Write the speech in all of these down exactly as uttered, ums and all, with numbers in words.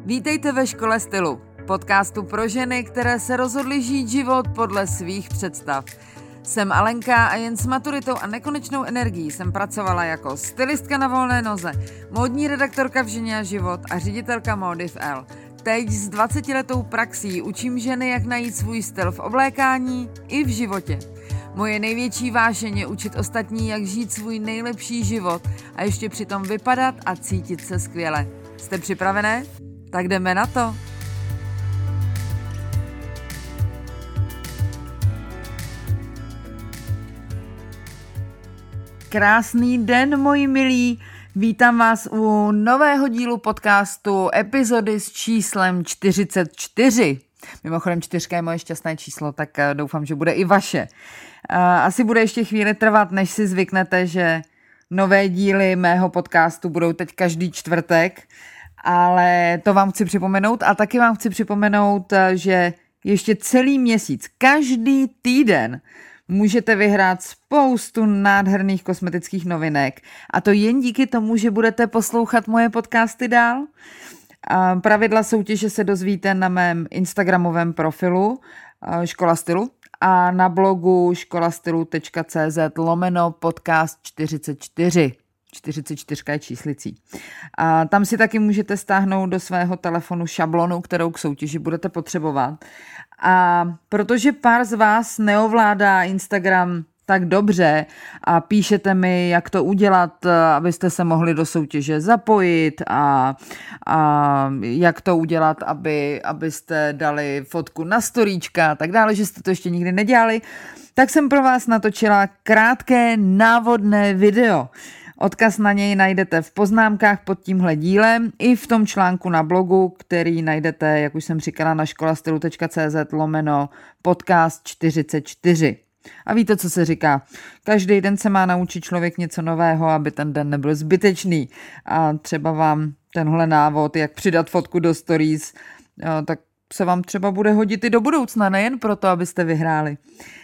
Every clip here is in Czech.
Vítejte ve Škole stylu, podcastu pro ženy, které se rozhodly žít život podle svých představ. Jsem Alenka a jen s maturitou a nekonečnou energií jsem pracovala jako stylistka na volné noze, módní redaktorka v Ženě a život a ředitelka módy v L. Teď s dvacetiletou praxí učím ženy, jak najít svůj styl v oblékání i v životě. Moje největší vášeň je učit ostatní, jak žít svůj nejlepší život a ještě přitom vypadat a cítit se skvěle. Jste připravené? Tak jdeme na to. Krásný den, moji milí. Vítám vás u nového dílu podcastu, epizody s číslem čtyřicet čtyři. Mimochodem čtyřka je moje šťastné číslo, tak doufám, že bude i vaše. Asi bude ještě chvíli trvat, než si zvyknete, že nové díly mého podcastu budou teď každý čtvrtek, ale to vám chci připomenout a taky vám chci připomenout, že ještě celý měsíc, každý týden můžete vyhrát spoustu nádherných kosmetických novinek a to jen díky tomu, že budete poslouchat moje podcasty dál. A pravidla soutěže se dozvíte na mém instagramovém profilu Škola stylu a na blogu školastylu.cz lomeno podcast čtyřicet čtyři. čtyřicet čtyři je číslicí. A tam si taky můžete stáhnout do svého telefonu šablonu, kterou k soutěži budete potřebovat. A protože pár z vás neovládá Instagram tak dobře a píšete mi, jak to udělat, abyste se mohli do soutěže zapojit a, a jak to udělat, aby, abyste dali fotku na storíčka a tak dále, že jste to ještě nikdy nedělali, tak jsem pro vás natočila krátké návodné video. Odkaz na něj najdete v poznámkách pod tímhle dílem i v tom článku na blogu, který najdete, jak už jsem říkala, na školastylu.cz lomeno podcast čtyřicet čtyři. A víte, co se říká? Každý den se má naučit člověk něco nového, aby ten den nebyl zbytečný. A třeba vám tenhle návod, jak přidat fotku do stories, tak se vám třeba bude hodit i do budoucna, nejen proto, abyste vyhráli.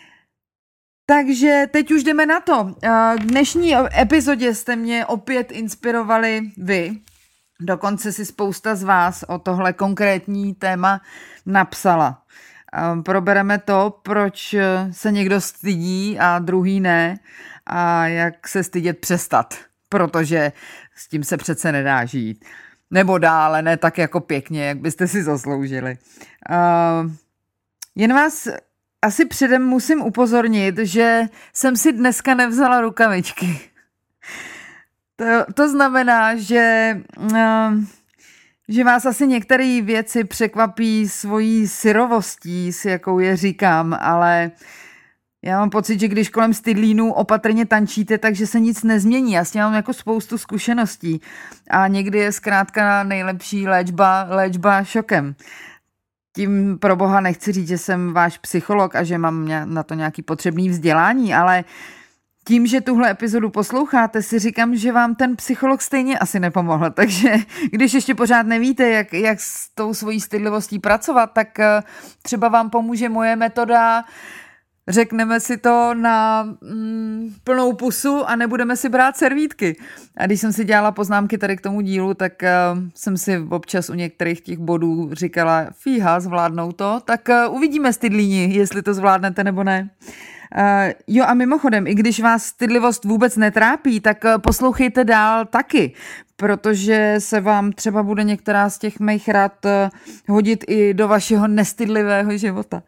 Takže teď už jdeme na to. K dnešní epizodě jste mě opět inspirovali vy. Dokonce si spousta z vás o tohle konkrétní téma napsala. Probereme to, proč se někdo stydí a druhý ne a jak se stydět přestat, protože s tím se přece nedá žít. Nebo dále, ne tak jako pěkně, jak byste si zasloužili. Jen vás asi předem musím upozornit, že jsem si dneska nevzala rukavičky. To, to znamená, že, že vás asi některé věci překvapí svojí syrovostí, s jakou je říkám, ale já mám pocit, že když kolem stydlínů opatrně tančíte, takže se nic nezmění. Já s tím mám jako spoustu zkušeností a někdy je zkrátka nejlepší léčba, léčba šokem. Tím pro boha nechci říct, že jsem váš psycholog a že mám na to nějaký potřebný vzdělání, ale tím, že tuhle epizodu posloucháte, si říkám, že vám ten psycholog stejně asi nepomohl. Takže když ještě pořád nevíte, jak, jak s tou svojí stydlivostí pracovat, tak třeba vám pomůže moje metoda. Řekneme si to na mm, plnou pusu a nebudeme si brát servítky. A když jsem si dělala poznámky tady k tomu dílu, tak uh, jsem si občas u některých těch bodů říkala, fíha, zvládnou to, tak uh, uvidíme stydlíni, jestli to zvládnete nebo ne. Uh, jo a mimochodem, i když vás stydlivost vůbec netrápí, tak uh, poslouchejte dál taky, protože se vám třeba bude některá z těch mých rad uh, hodit i do vašeho nestydlivého života.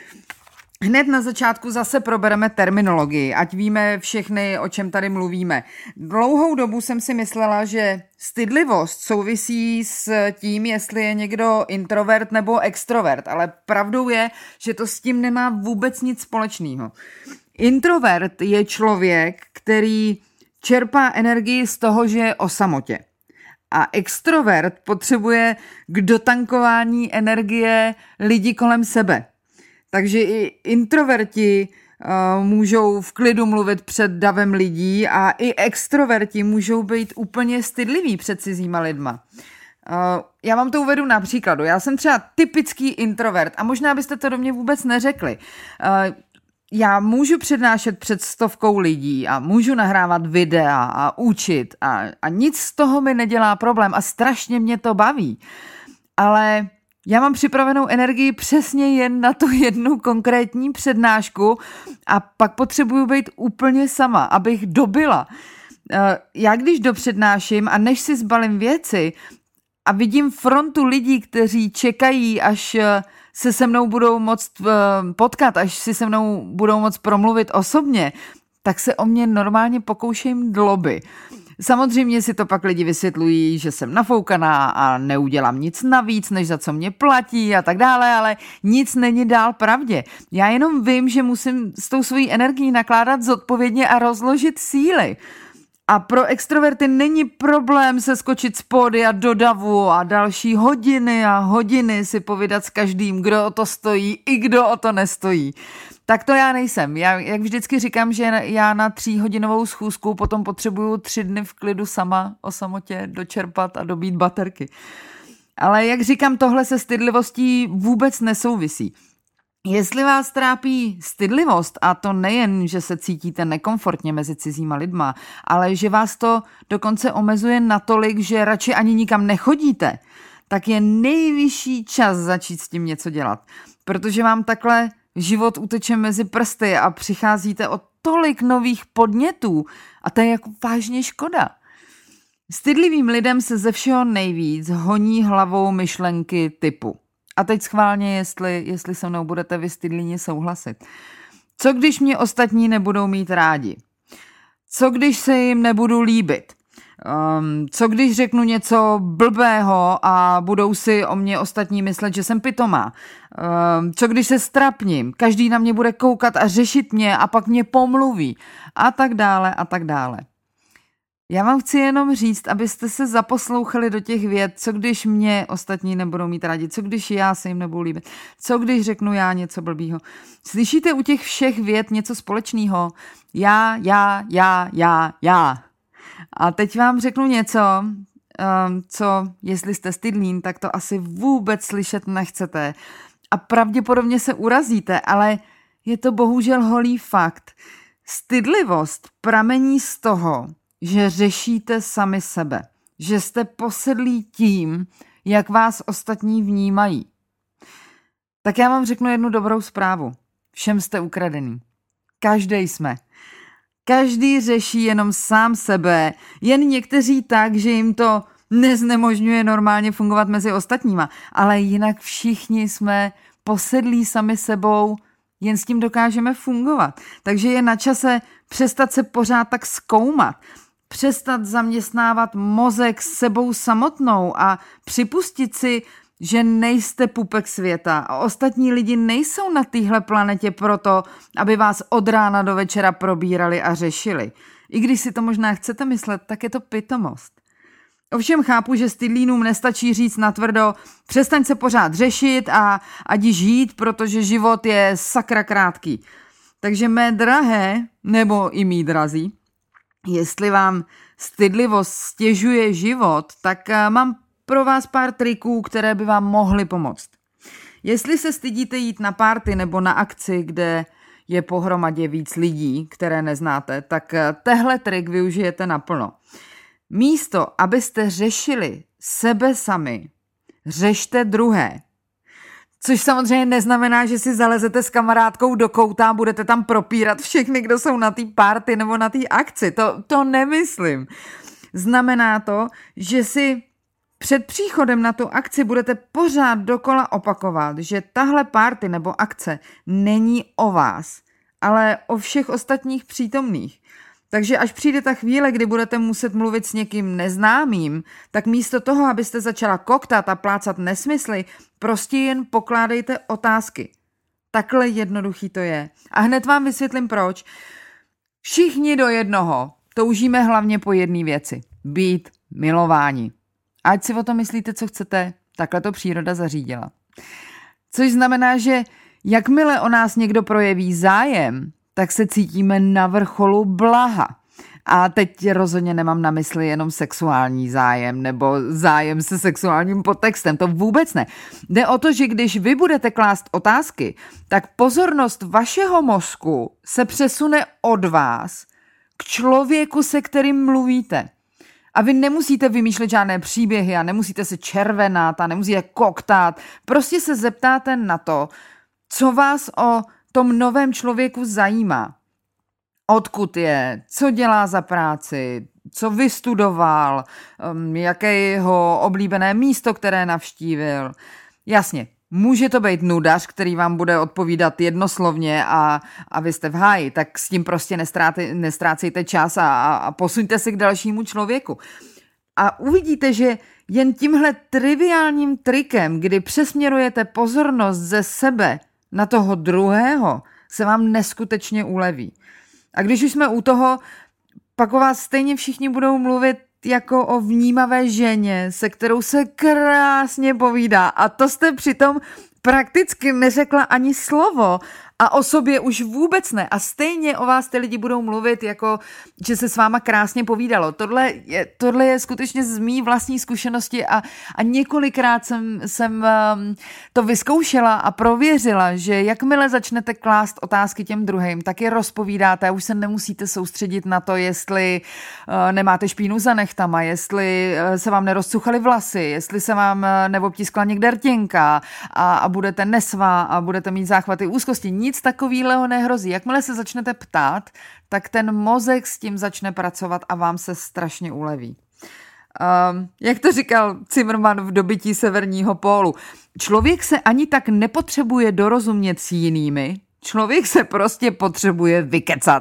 Hned na začátku zase probereme terminologii, ať víme všechny, o čem tady mluvíme. Dlouhou dobu jsem si myslela, že stydlivost souvisí s tím, jestli je někdo introvert nebo extrovert, ale pravdou je, že to s tím nemá vůbec nic společného. Introvert je člověk, který čerpá energii z toho, že je o samotě. A extrovert potřebuje k dotankování energie lidi kolem sebe. Takže i introverti uh, můžou v klidu mluvit před davem lidí a i extroverti můžou být úplně stydliví před cizíma lidma. Uh, já vám to uvedu na příkladu. Já jsem třeba typický introvert a možná byste to do mě vůbec neřekli. Uh, já můžu přednášet před stovkou lidí a můžu nahrávat videa a učit a, a nic z toho mi nedělá problém a strašně mě to baví. ale já mám připravenou energii přesně jen na tu jednu konkrétní přednášku a pak potřebuju být úplně sama, abych dobyla. Já když dopřednáším a než si zbalím věci a vidím frontu lidí, kteří čekají, až se se mnou budou moct potkat, až si se mnou budou moct promluvit osobně, tak se o mě normálně pokouším dloby. Samozřejmě si to pak lidi vysvětlují, že jsem nafoukaná a neudělám nic navíc, než za co mě platí a tak dále, ale nic není dál pravdě. Já jenom vím, že musím s tou svojí energií nakládat zodpovědně a rozložit síly. A pro extroverty není problém se skočit z pódia do davu a další hodiny a hodiny si povídat s každým, kdo o to stojí i kdo o to nestojí. Tak to já nejsem. Já, jak vždycky říkám, že já na tříhodinovou schůzku potom potřebuju tři dny v klidu sama o samotě dočerpat a dobít baterky. Ale jak říkám, tohle se stydlivostí vůbec nesouvisí. Jestli vás trápí stydlivost, a to nejen, že se cítíte nekomfortně mezi cizíma lidma, ale že vás to dokonce omezuje natolik, že radši ani nikam nechodíte, tak je nejvyšší čas začít s tím něco dělat. Protože vám takhle život uteče mezi prsty a přicházíte o tolik nových podnětů a to je jako vážně škoda. Stydlivým lidem se ze všeho nejvíc honí hlavou myšlenky typu. A teď schválně, jestli, jestli se mnou budete vy stydlině souhlasit. Co když mě ostatní nebudou mít rádi? Co když se jim nebudu líbit? Um, co když řeknu něco blbého a budou si o mě ostatní myslet, že jsem pitomá? Um, co když se strapním? Každý na mě bude koukat a řešit mě a pak mě pomluví. A tak dále a tak dále. Já vám chci jenom říct, abyste se zaposlouchali do těch vět, co když mě ostatní nebudou mít rádi, co když já se jim nebudu líbit, co když řeknu já něco blbýho. Slyšíte u těch všech vět něco společného? Já, já, já, já, já. A teď vám řeknu něco, co, jestli jste stydlín, tak to asi vůbec slyšet nechcete. A pravděpodobně se urazíte, ale je to bohužel holý fakt. Stydlivost pramení z toho, že řešíte sami sebe, že jste posedlí tím, jak vás ostatní vnímají. Tak já vám řeknu jednu dobrou zprávu. Všem jste ukradený. Každej jsme. Každý řeší jenom sám sebe, jen někteří tak, že jim to neznemožňuje normálně fungovat mezi ostatníma, ale jinak všichni jsme posedlí sami sebou, jen s tím dokážeme fungovat. Takže je na čase přestat se pořád tak zkoumat, přestat zaměstnávat mozek s sebou samotnou a připustit si, že nejste pupek světa a ostatní lidi nejsou na téhle planetě proto, aby vás od rána do večera probírali a řešili. I když si to možná chcete myslet, tak je to pitomost. Ovšem chápu, že stydlínům nestačí říct natvrdo, přestaň se pořád řešit a ať žít, protože život je sakra krátký. Takže mé drahé, nebo i mý drazí, jestli vám stydlivost stěžuje život, tak mám pro vás pár triků, které by vám mohly pomoct. Jestli se stydíte jít na party nebo na akci, kde je pohromadě víc lidí, které neznáte, tak tehle trik využijete naplno. Místo, abyste řešili sebe sami, řešte druhé. Což samozřejmě neznamená, že si zalezete s kamarádkou do kouta a budete tam propírat všechny, kdo jsou na té party nebo na té akci. To, to nemyslím. Znamená to, že si před příchodem na tu akci budete pořád dokola opakovat, že tahle party nebo akce není o vás, ale o všech ostatních přítomných. Takže až přijde ta chvíle, kdy budete muset mluvit s někým neznámým, tak místo toho, abyste začala koktat a plácat nesmysly, prostě jen pokládejte otázky. Takhle jednoduchý to je. A hned vám vysvětlím proč. Všichni do jednoho toužíme hlavně po jedné věci. Být milováni. Ať si o tom myslíte, co chcete, takhle to příroda zařídila. Což znamená, že jakmile o nás někdo projeví zájem, tak se cítíme na vrcholu blaha. A teď rozhodně nemám na mysli jenom sexuální zájem nebo zájem se sexuálním podtextem, to vůbec ne. Jde o to, že když vy budete klást otázky, tak pozornost vašeho mozku se přesune od vás k člověku, se kterým mluvíte. A vy nemusíte vymýšlet žádné příběhy a nemusíte se červenat a nemusíte koktat. Prostě se zeptáte na to, co vás o tom novém člověku zajímá. Odkud je, co dělá za práci, co vystudoval, jaké je jeho oblíbené místo, které navštívil. Jasně, může to být nudař, který vám bude odpovídat jednoslovně a, a vy jste v háji, tak s tím prostě nestráte, nestrácejte čas a, a posuňte se k dalšímu člověku. A uvidíte, že jen tímhle triviálním trikem, kdy přesměrujete pozornost ze sebe na toho druhého, se vám neskutečně uleví. A když už jsme u toho, pak o vás stejně všichni budou mluvit jako o vnímavé ženě, se kterou se krásně povídá. A to jste přitom prakticky neřekla ani slovo a o sobě už vůbec ne. A stejně o vás ty lidi budou mluvit, jako že se s váma krásně povídalo. Tohle je, tohle je skutečně z mý vlastní zkušenosti a, a několikrát jsem, jsem um, to vyzkoušela a prověřila, že jakmile začnete klást otázky těm druhým, tak je rozpovídáte a už se nemusíte soustředit na to, jestli uh, nemáte špínu za nechtama, jestli uh, se vám nerozcuchaly vlasy, jestli se vám uh, neobtiskla někde rtěnka a, a budete nesvá a budete mít záchvaty úzkosti. Nic takového nehrozí. Jakmile se začnete ptát, tak ten mozek s tím začne pracovat a vám se strašně uleví. Um, jak to říkal Zimmerman v Dobytí severního pólu, člověk se ani tak nepotřebuje dorozumět s jinými, člověk se prostě potřebuje vykecat.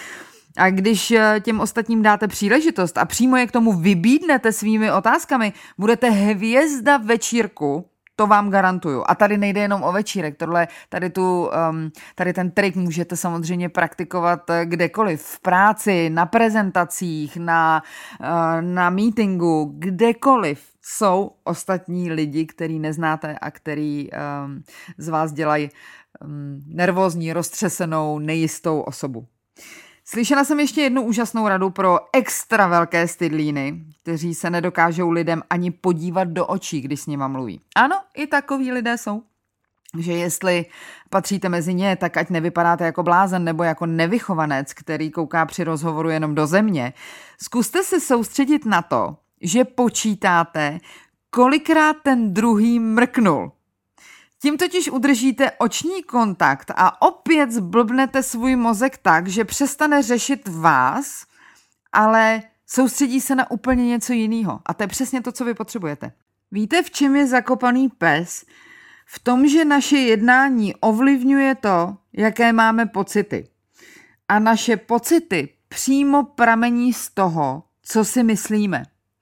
A když těm ostatním dáte příležitost a přímo je k tomu vybídnete svými otázkami, budete hvězda večírku, to vám garantuju. A tady nejde jenom o večírek. Tohle, tady, tu, um, tady ten trik můžete samozřejmě praktikovat kdekoliv. V práci, na prezentacích, na, uh, na meetingu, kdekoliv jsou ostatní lidi, který neznáte a který um, z vás dělají um, nervózní, roztřesenou, nejistou osobu. Slyšela jsem ještě jednu úžasnou radu pro extra velké stydlíny, kteří se nedokážou lidem ani podívat do očí, když s nima mluví. Ano, i takoví lidé jsou. Že jestli patříte mezi ně, tak ať nevypadáte jako blázen nebo jako nevychovanec, který kouká při rozhovoru jenom do země. Zkuste se soustředit na to, že počítáte, kolikrát ten druhý mrknul. Tím totiž udržíte oční kontakt a opět zblbnete svůj mozek tak, že přestane řešit vás, ale soustředí se na úplně něco jiného. A to je přesně to, co vy potřebujete. Víte, v čem je zakopaný pes? V tom, že naše jednání ovlivňuje to, jaké máme pocity. A naše pocity přímo pramení z toho, co si myslíme.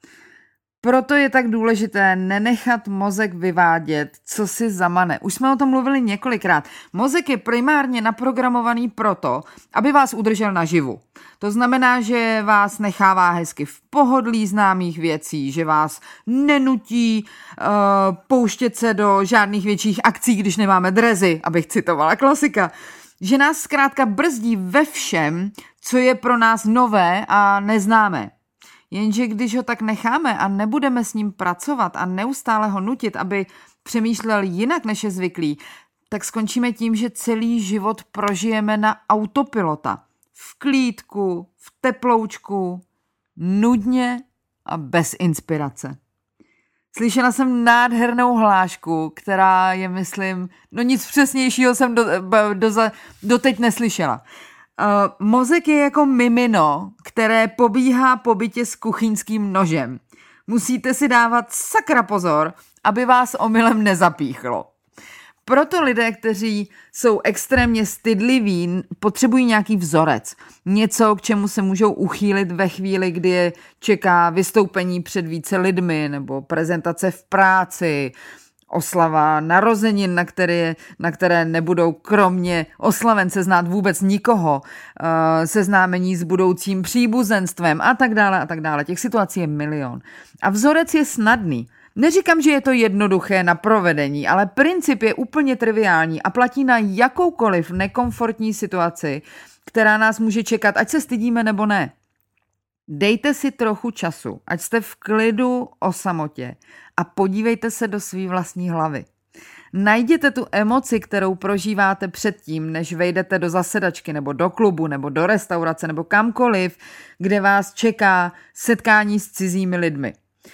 Proto je tak důležité nenechat mozek vyvádět, co si zamane. Už jsme o tom mluvili několikrát. Mozek je primárně naprogramovaný proto, aby vás udržel naživu. To znamená, že vás nechává hezky v pohodlí známých věcí, že vás nenutí uh, pouštět se do žádných větších akcí, když nemáme drezy, abych citovala klasika. Že nás zkrátka brzdí ve všem, co je pro nás nové a neznámé. Jenže když ho tak necháme a nebudeme s ním pracovat a neustále ho nutit, aby přemýšlel jinak než je zvyklý, tak skončíme tím, že celý život prožijeme na autopilota. V klídku, v teploučku, nudně a bez inspirace. Slyšela jsem nádhernou hlášku, která je, myslím, no nic přesnějšího jsem do, do, do, doteď neslyšela. Uh, mozek je jako mimino, které pobíhá po bytě s kuchyňským nožem. Musíte si dávat sakra pozor, aby vás omylem nezapíchlo. Proto lidé, kteří jsou extrémně stydliví, potřebují nějaký vzorec. Něco, k čemu se můžou uchýlit ve chvíli, kdy je čeká vystoupení před více lidmi nebo prezentace v práci, oslava narozenin, na které, na které nebudou kromě oslavence znát vůbec nikoho, seznámení s budoucím příbuzenstvem a tak dále a tak dále. Těch situací je milion. A vzorec je snadný. Neříkám, že je to jednoduché na provedení, ale princip je úplně triviální a platí na jakoukoliv nekomfortní situaci, která nás může čekat, ať se stydíme nebo ne. Dejte si trochu času, ať jste v klidu o samotě a podívejte se do své vlastní hlavy. Najděte tu emoci, kterou prožíváte předtím, než vejdete do zasedačky nebo do klubu nebo do restaurace nebo kamkoliv, kde vás čeká setkání s cizími lidmi.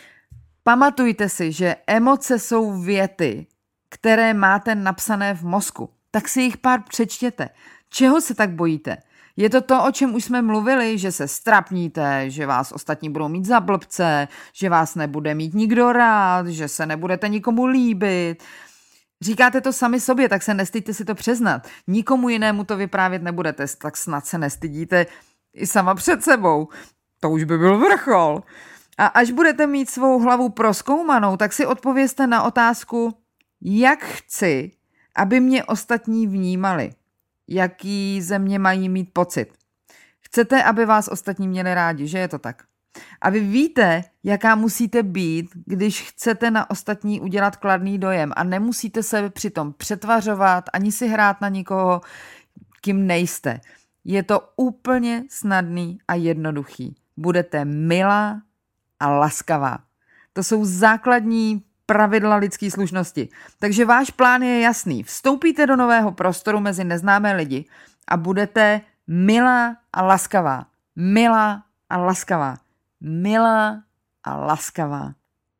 Pamatujte si, že emoce jsou věty, které máte napsané v mozku. Tak si jich pár přečtěte. Čeho se tak bojíte? Je to to, o čem už jsme mluvili, že se strapníte, že vás ostatní budou mít za blbce, že vás nebude mít nikdo rád, že se nebudete nikomu líbit. Říkáte to sami sobě, tak se nestyďte si to přiznat. Nikomu jinému to vyprávět nebudete, tak snad se nestydíte i sama před sebou. To už by byl vrchol. A až budete mít svou hlavu prozkoumanou, tak si odpovězte na otázku, jak chci, aby mě ostatní vnímali. Jaký ze mě mají mít pocit. Chcete, aby vás ostatní měli rádi, že je to tak? A vy víte, jaká musíte být, když chcete na ostatní udělat kladný dojem a nemusíte se přitom přetvařovat, ani si hrát na nikoho, kým nejste. Je to úplně snadný a jednoduchý. Budete milá a laskavá. To jsou základní pravidla lidské slušnosti. Takže váš plán je jasný. Vstoupíte do nového prostoru mezi neznámé lidi a budete milá a laskavá. Milá a laskavá. Milá a laskavá.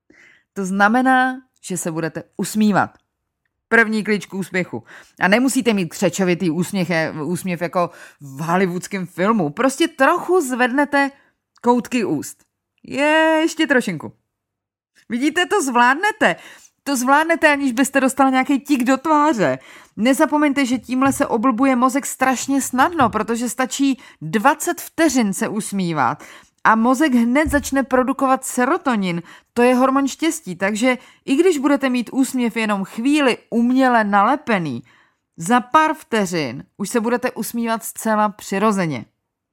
To znamená, že se budete usmívat. První klíč k úspěchu. A nemusíte mít křečovitý úsměv, úsměv jako v hollywoodském filmu. Prostě trochu zvednete koutky úst. Je, ještě trošinku. Vidíte, to zvládnete. To zvládnete, aniž byste dostali nějaký tík do tváře. Nezapomeňte, že tímhle se oblbuje mozek strašně snadno, protože stačí dvacet vteřin se usmívat a mozek hned začne produkovat serotonin. To je hormon štěstí, takže i když budete mít úsměv jenom chvíli uměle nalepený, za pár vteřin už se budete usmívat zcela přirozeně.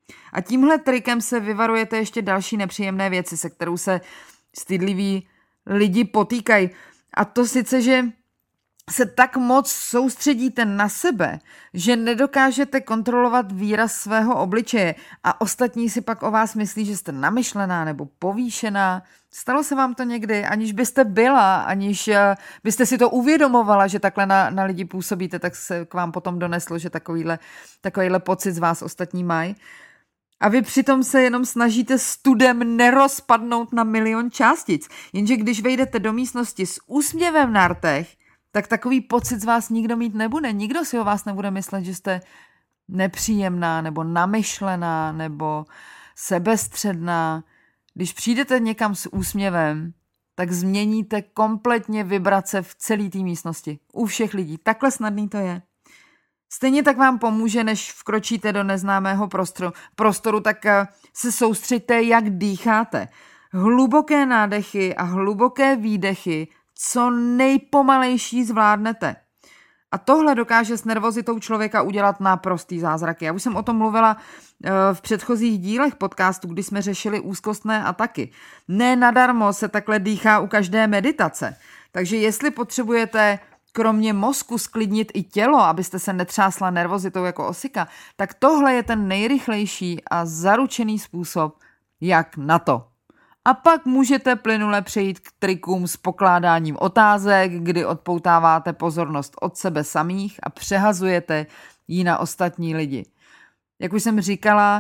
A tímhle trikem se vyvarujete ještě další nepříjemné věci, se kterou se stydliví lidi potýkají. A to sice, že se tak moc soustředíte na sebe, že nedokážete kontrolovat výraz svého obličeje a ostatní si pak o vás myslí, že jste namyšlená nebo povýšená. Stalo se vám to někdy, aniž byste byla, aniž byste si to uvědomovala, že takhle na, na lidi působíte, tak se k vám potom doneslo, že takovýhle, takovýhle pocit z vás ostatní mají. A vy přitom se jenom snažíte studem nerozpadnout na milion částic. Jenže když vejdete do místnosti s úsměvem na rtech, tak takový pocit z vás nikdo mít nebude. Nikdo si o vás nebude myslet, že jste nepříjemná, nebo namyšlená, nebo sebestředná. Když přijdete někam s úsměvem, tak změníte kompletně vibrace v celé té místnosti. U všech lidí. Takhle snadný to je. Stejně tak vám pomůže, než vkročíte do neznámého prostoru, prostoru, tak se soustřeďte, jak dýcháte. Hluboké nádechy a hluboké výdechy, co nejpomalejší zvládnete. A tohle dokáže s nervozitou člověka udělat naprostý zázraky. Já už jsem o tom mluvila v předchozích dílech podcastu, kdy jsme řešili úzkostné ataky. Ne nadarmo se takhle dýchá u každé meditace. Takže jestli potřebujete kromě mozku sklidnit i tělo, abyste se netřásla nervozitou jako osika, tak tohle je ten nejrychlejší a zaručený způsob, jak na to. A pak můžete plynule přejít k trikům s pokládáním otázek, kdy odpoutáváte pozornost od sebe samých a přehazujete ji na ostatní lidi. Jak už jsem říkala,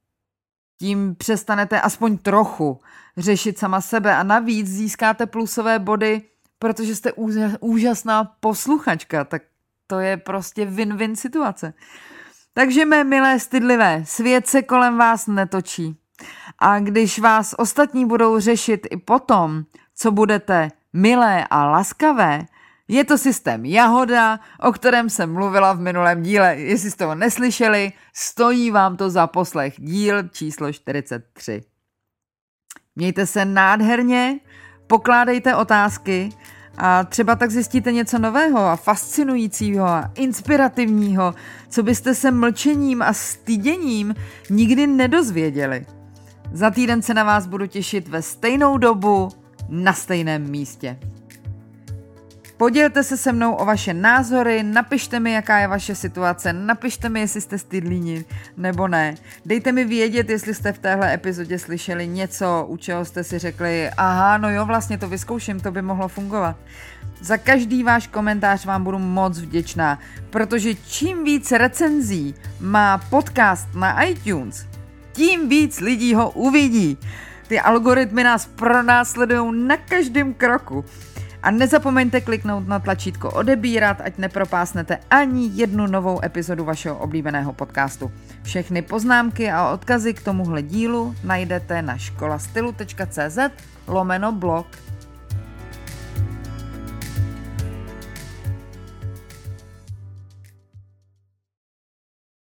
tím přestanete aspoň trochu řešit sama sebe a navíc získáte plusové body, protože jste úžasná posluchačka, tak to je prostě win-win situace. Takže mé milé stydlivé, svět se kolem vás netočí. A když vás ostatní budou řešit i potom, co budete milé a laskavé, je to systém Jahoda, o kterém jsem mluvila v minulém díle. Jestli jste ho neslyšeli, stojí vám to za poslech. Díl číslo čtyřicet tři. Mějte se nádherně, pokládejte otázky a třeba tak zjistíte něco nového a fascinujícího a inspirativního, co byste se mlčením a styděním nikdy nedozvěděli. Za týden se na vás budu těšit ve stejnou dobu, na stejném místě. Podělte se se mnou o vaše názory, napište mi, jaká je vaše situace, napište mi, jestli jste stydlíni nebo ne. Dejte mi vědět, jestli jste v téhle epizodě slyšeli něco, u čeho jste si řekli, aha, no jo, vlastně to vyzkouším, to by mohlo fungovat. Za každý váš komentář vám budu moc vděčná, protože čím víc recenzí má podcast na iTunes, tím víc lidí ho uvidí. Ty algoritmy nás pronásledujou na každém kroku. A nezapomeňte kliknout na tlačítko odebírat, ať nepropásnete ani jednu novou epizodu vašeho oblíbeného podcastu. Všechny poznámky a odkazy k tomuhle dílu najdete na školastylu tečka cé zet lomeno blog.